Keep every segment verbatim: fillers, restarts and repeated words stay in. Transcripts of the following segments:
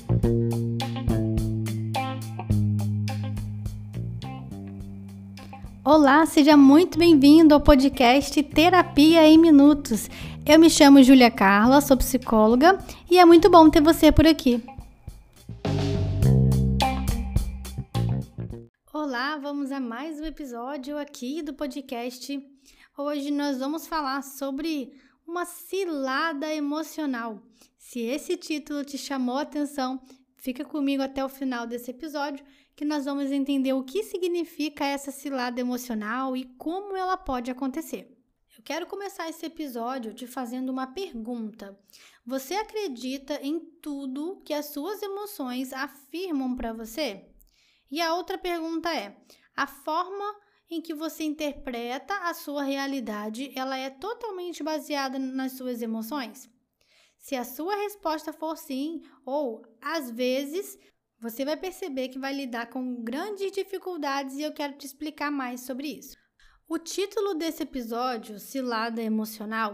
Olá, seja muito bem-vindo ao podcast Terapia em Minutos. Eu me chamo Júlia Carla, sou psicóloga e é muito bom ter você por aqui. Olá, vamos a mais um episódio aqui do podcast. Hoje nós vamos falar sobre uma cilada emocional. Se esse título te chamou a atenção, fica comigo até o final desse episódio, que nós vamos entender o que significa essa cilada emocional e como ela pode acontecer. Eu quero começar esse episódio te fazendo uma pergunta. Você acredita em tudo que as suas emoções afirmam para você? E a outra pergunta é: a forma em que você interpreta a sua realidade, ela é totalmente baseada nas suas emoções? Se a sua resposta for sim, ou às vezes, você vai perceber que vai lidar com grandes dificuldades e eu quero te explicar mais sobre isso. O título desse episódio, Cilada Emocional,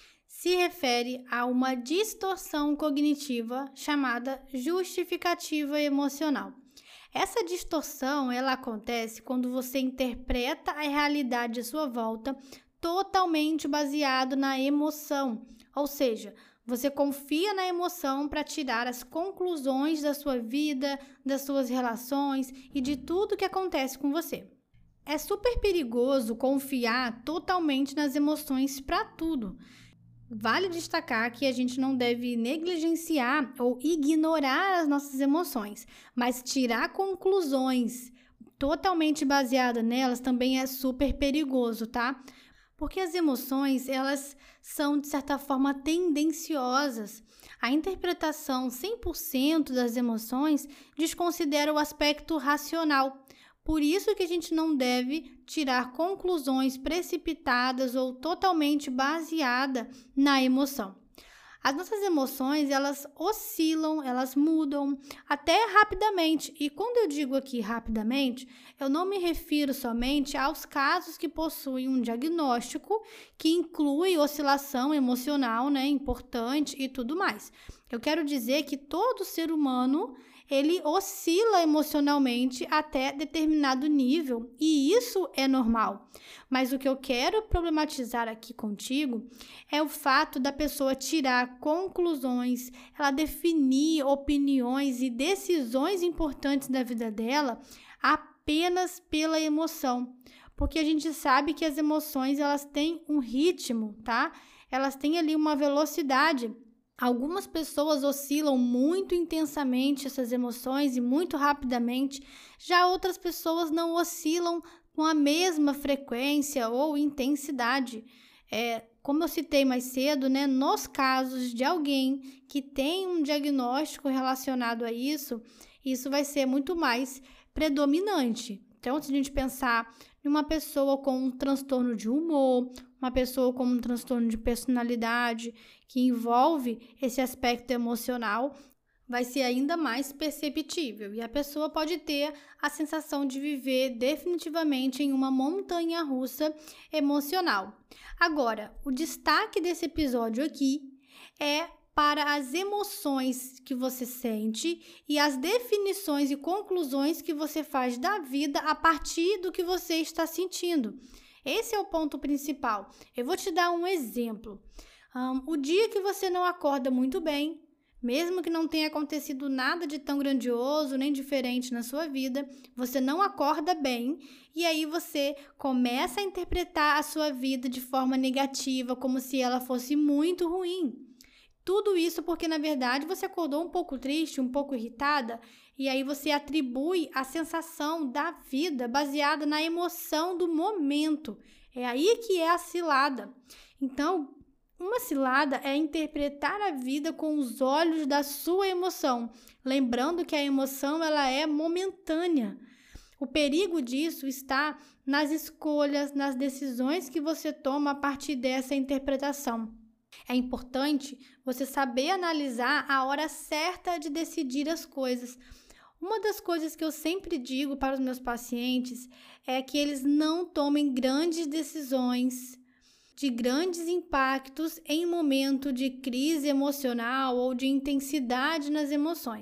se refere a uma distorção cognitiva chamada justificativa emocional. Essa distorção, ela acontece quando você interpreta a realidade à sua volta totalmente baseado na emoção, ou seja, você confia na emoção para tirar as conclusões da sua vida, das suas relações e de tudo que acontece com você. É super perigoso confiar totalmente nas emoções para tudo. Vale destacar que a gente não deve negligenciar ou ignorar as nossas emoções, mas tirar conclusões totalmente baseadas nelas também é super perigoso, tá? Porque as emoções, elas são, de certa forma, tendenciosas. A interpretação cem por cento das emoções desconsidera o aspecto racional. Por isso que a gente não deve tirar conclusões precipitadas ou totalmente baseada na emoção. As nossas emoções, elas oscilam, elas mudam até rapidamente. E quando eu digo aqui rapidamente, eu não me refiro somente aos casos que possuem um diagnóstico que inclui oscilação emocional, né, importante e tudo mais. Eu quero dizer que todo ser humano, ele oscila emocionalmente até determinado nível e isso é normal. Mas o que eu quero problematizar aqui contigo é o fato da pessoa tirar conclusões, ela definir opiniões e decisões importantes da vida dela apenas pela emoção. Porque a gente sabe que as emoções, elas têm um ritmo, tá? Elas têm ali uma velocidade. Algumas pessoas oscilam muito intensamente essas emoções e muito rapidamente, já outras pessoas não oscilam com a mesma frequência ou intensidade. É, como eu citei mais cedo, né, nos casos de alguém que tem um diagnóstico relacionado a isso, isso vai ser muito mais predominante. Então, se a gente pensar em uma pessoa com um transtorno de humor, uma pessoa com um transtorno de personalidade que envolve esse aspecto emocional, vai ser ainda mais perceptível. E a pessoa pode ter a sensação de viver definitivamente em uma montanha-russa emocional. Agora, o destaque desse episódio aqui é para as emoções que você sente e as definições e conclusões que você faz da vida a partir do que você está sentindo. Esse é o ponto principal. Eu vou te dar um exemplo. Um, o dia que você não acorda muito bem, mesmo que não tenha acontecido nada de tão grandioso nem diferente na sua vida, você não acorda bem e aí você começa a interpretar a sua vida de forma negativa, como se ela fosse muito ruim. Tudo isso porque, na verdade, você acordou um pouco triste, um pouco irritada, e aí você atribui a sensação da vida baseada na emoção do momento. É aí que é a cilada. Então, uma cilada é interpretar a vida com os olhos da sua emoção, lembrando que a emoção ela é momentânea. O perigo disso está nas escolhas, nas decisões que você toma a partir dessa interpretação. É importante você saber analisar a hora certa de decidir as coisas. Uma das coisas que eu sempre digo para os meus pacientes é que eles não tomem grandes decisões de grandes impactos em momento de crise emocional ou de intensidade nas emoções.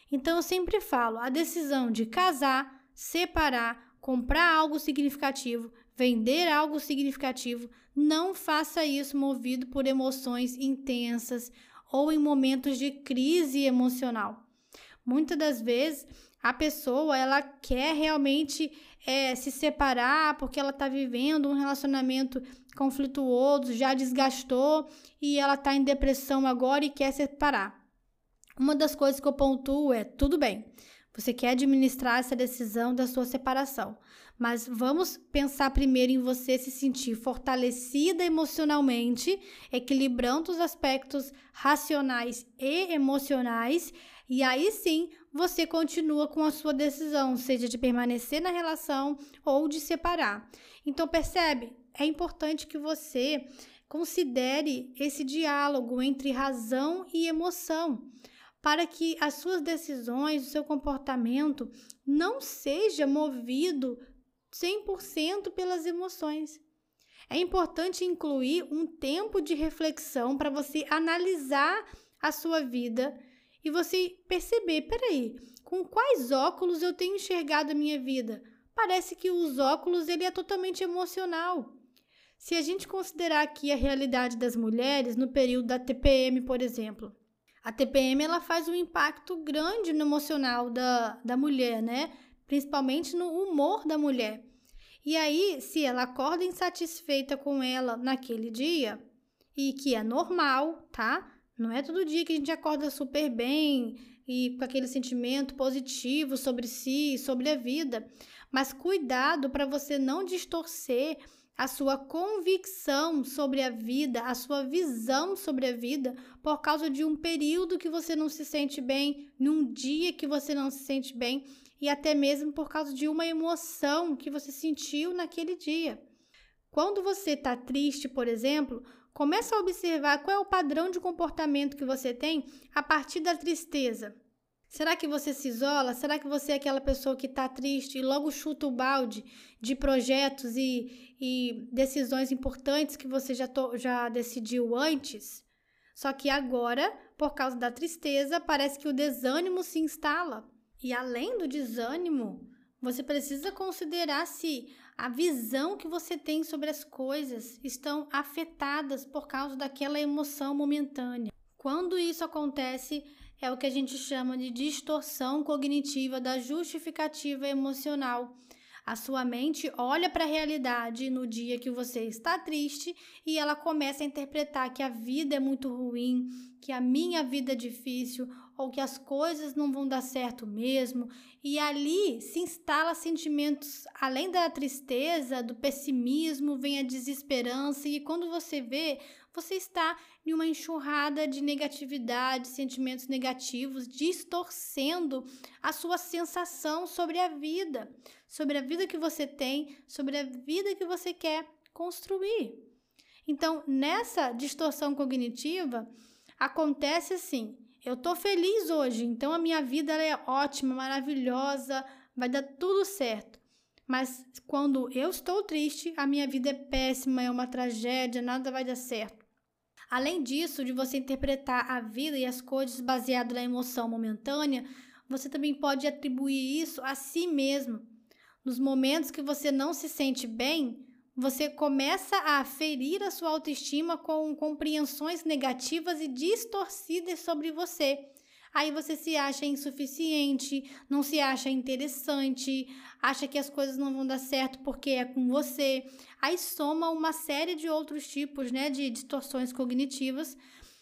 Então eu sempre falo, a decisão de casar, separar, comprar algo significativo, vender algo significativo, não faça isso movido por emoções intensas ou em momentos de crise emocional. Muitas das vezes a pessoa ela quer realmente é, se separar porque ela está vivendo um relacionamento conflituoso, já desgastou e ela está em depressão agora e quer se separar. Uma das coisas que eu pontuo é, tudo bem, você quer administrar essa decisão da sua separação, mas vamos pensar primeiro em você se sentir fortalecida emocionalmente, equilibrando os aspectos racionais e emocionais, e aí sim você continua com a sua decisão, seja de permanecer na relação ou de separar. Então percebe? É importante que você considere esse diálogo entre razão e emoção, para que as suas decisões, o seu comportamento não seja movido cem por cento pelas emoções. É importante incluir um tempo de reflexão para você analisar a sua vida e você perceber, peraí, com quais óculos eu tenho enxergado a minha vida? Parece que os óculos ele é totalmente emocional. Se a gente considerar aqui a realidade das mulheres no período da T P M, por exemplo, a T P M ela faz um impacto grande no emocional da, da mulher, né? Principalmente no humor da mulher. E aí, se ela acorda insatisfeita com ela naquele dia, e que é normal, tá? Não é todo dia que a gente acorda super bem e com aquele sentimento positivo sobre si, sobre a vida. Mas cuidado para você não distorcer a sua convicção sobre a vida, a sua visão sobre a vida, por causa de um período que você não se sente bem, num dia que você não se sente bem, e até mesmo por causa de uma emoção que você sentiu naquele dia. Quando você está triste, por exemplo, começa a observar qual é o padrão de comportamento que você tem a partir da tristeza. Será que você se isola? Será que você é aquela pessoa que está triste e logo chuta o balde de projetos e, e decisões importantes que você já, to, já decidiu antes? Só que agora, por causa da tristeza, parece que o desânimo se instala. E além do desânimo, você precisa considerar se a visão que você tem sobre as coisas estão afetadas por causa daquela emoção momentânea. Quando isso acontece, é o que a gente chama de distorção cognitiva da justificativa emocional. A sua mente olha para a realidade no dia que você está triste e ela começa a interpretar que a vida é muito ruim, que a minha vida é difícil ou que as coisas não vão dar certo mesmo. E ali se instala sentimentos, além da tristeza, do pessimismo, vem a desesperança e quando você vê, você está em uma enxurrada de negatividade, sentimentos negativos, distorcendo a sua sensação sobre a vida, sobre a vida que você tem, sobre a vida que você quer construir. Então, nessa distorção cognitiva, acontece assim, eu estou feliz hoje, então a minha vida ela é ótima, maravilhosa, vai dar tudo certo. Mas quando eu estou triste, a minha vida é péssima, é uma tragédia, nada vai dar certo. Além disso, de você interpretar a vida e as coisas baseado na emoção momentânea, você também pode atribuir isso a si mesmo. Nos momentos que você não se sente bem, você começa a ferir a sua autoestima com compreensões negativas e distorcidas sobre você. Aí você se acha insuficiente, não se acha interessante, acha que as coisas não vão dar certo porque é com você. Aí soma uma série de outros tipos, né, de distorções cognitivas,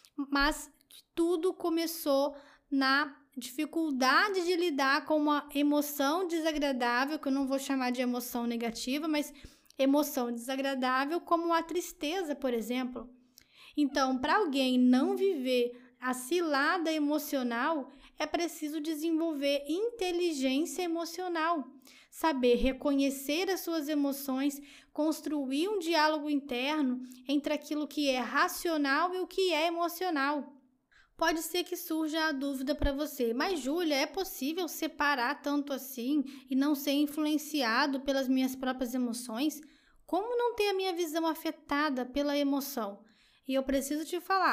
mas tudo começou na dificuldade de lidar com uma emoção desagradável, que eu não vou chamar de emoção negativa, mas emoção desagradável como a tristeza, por exemplo. Então, para alguém não viver a cilada emocional, é preciso desenvolver inteligência emocional, saber reconhecer as suas emoções, construir um diálogo interno entre aquilo que é racional e o que é emocional. Pode ser que surja a dúvida para você, mas Júlia, é possível separar tanto assim e não ser influenciado pelas minhas próprias emoções? Como não ter a minha visão afetada pela emoção? E eu preciso te falar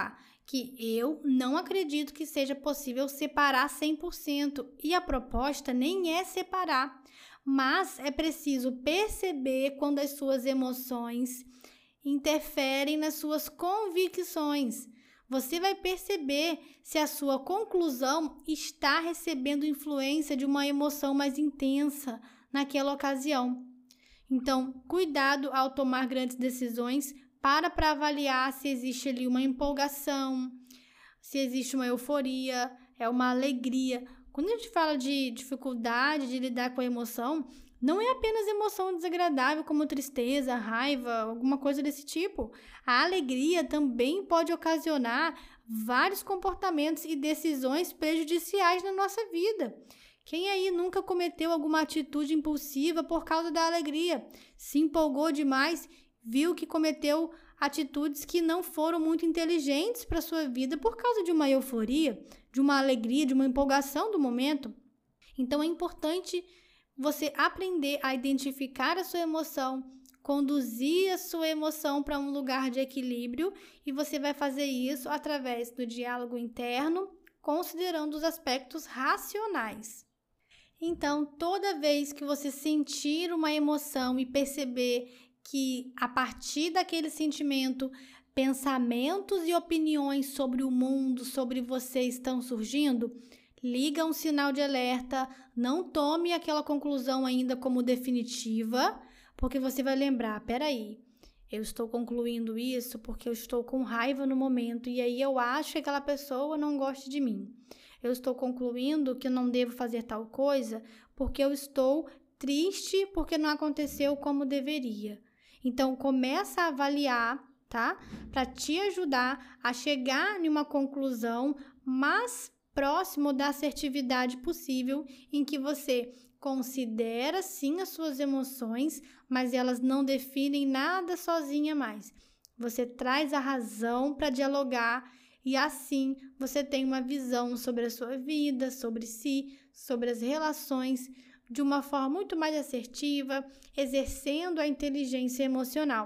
que eu não acredito que seja possível separar cem por cento, e a proposta nem é separar, mas é preciso perceber quando as suas emoções interferem nas suas convicções. Você vai perceber se a sua conclusão está recebendo influência de uma emoção mais intensa naquela ocasião. Então, cuidado ao tomar grandes decisões, para para avaliar se existe ali uma empolgação, se existe uma euforia, é uma alegria. Quando a gente fala de dificuldade de lidar com a emoção, não é apenas emoção desagradável como tristeza, raiva, alguma coisa desse tipo. A alegria também pode ocasionar vários comportamentos e decisões prejudiciais na nossa vida. Quem aí nunca cometeu alguma atitude impulsiva por causa da alegria? Se empolgou demais, viu que cometeu atitudes que não foram muito inteligentes para a sua vida por causa de uma euforia, de uma alegria, de uma empolgação do momento. Então é importante você aprender a identificar a sua emoção, conduzir a sua emoção para um lugar de equilíbrio, e você vai fazer isso através do diálogo interno, considerando os aspectos racionais. Então, toda vez que você sentir uma emoção e perceber que, a partir daquele sentimento, pensamentos e opiniões sobre o mundo, sobre você estão surgindo, liga um sinal de alerta, não tome aquela conclusão ainda como definitiva, porque você vai lembrar, peraí, eu estou concluindo isso porque eu estou com raiva no momento e aí eu acho que aquela pessoa não gosta de mim. Eu estou concluindo que eu não devo fazer tal coisa porque eu estou triste porque não aconteceu como deveria. Então, começa a avaliar, tá? Para te ajudar a chegar em uma conclusão mais próximo da assertividade possível, em que você considera sim as suas emoções, mas elas não definem nada sozinha mais. Você traz a razão para dialogar e assim você tem uma visão sobre a sua vida, sobre si, sobre as relações, de uma forma muito mais assertiva, exercendo a inteligência emocional.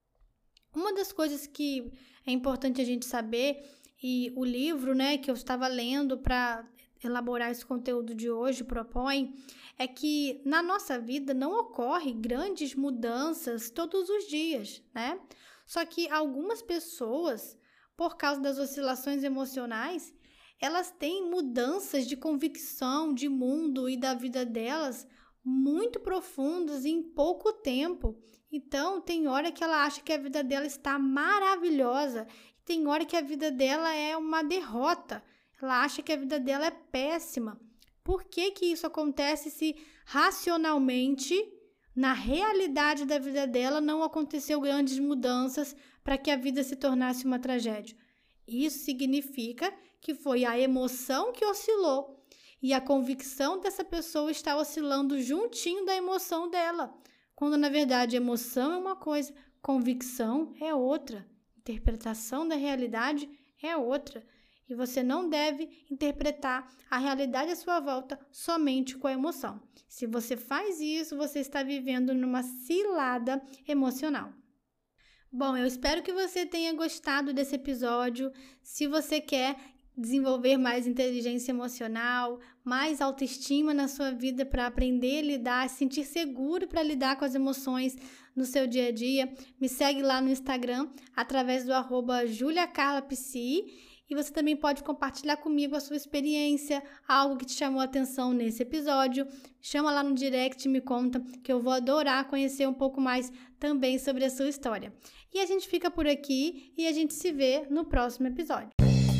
Uma das coisas que é importante a gente saber, e o livro, né, que eu estava lendo para elaborar esse conteúdo de hoje propõe, é que na nossa vida não ocorre grandes mudanças todos os dias, né? Só que algumas pessoas, por causa das oscilações emocionais, elas têm mudanças de convicção, de mundo e da vida delas muito profundas em pouco tempo. Então, tem hora que ela acha que a vida dela está maravilhosa, tem hora que a vida dela é uma derrota, ela acha que a vida dela é péssima. Por que que isso acontece se racionalmente, na realidade da vida dela, não aconteceu grandes mudanças para que a vida se tornasse uma tragédia? Isso significa que foi a emoção que oscilou e a convicção dessa pessoa está oscilando juntinho da emoção dela, quando na verdade emoção é uma coisa, convicção é outra, interpretação da realidade é outra. E você não deve interpretar a realidade à sua volta somente com a emoção. Se você faz isso, você está vivendo numa cilada emocional. Bom, eu espero que você tenha gostado desse episódio. Se você quer desenvolver mais inteligência emocional, mais autoestima na sua vida para aprender a lidar, se sentir seguro para lidar com as emoções no seu dia a dia, me segue lá no Instagram através do arroba juliacarlapsi. E você também pode compartilhar comigo a sua experiência, algo que te chamou a atenção nesse episódio. Chama lá no direct e me conta, que eu vou adorar conhecer um pouco mais também sobre a sua história. E a gente fica por aqui e a gente se vê no próximo episódio.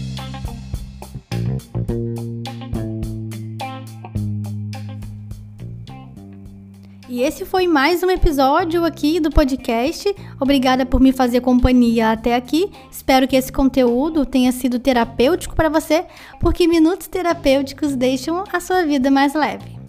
E esse foi mais um episódio aqui do podcast. Obrigada por me fazer companhia até aqui. Espero que esse conteúdo tenha sido terapêutico para você, porque minutos terapêuticos deixam a sua vida mais leve.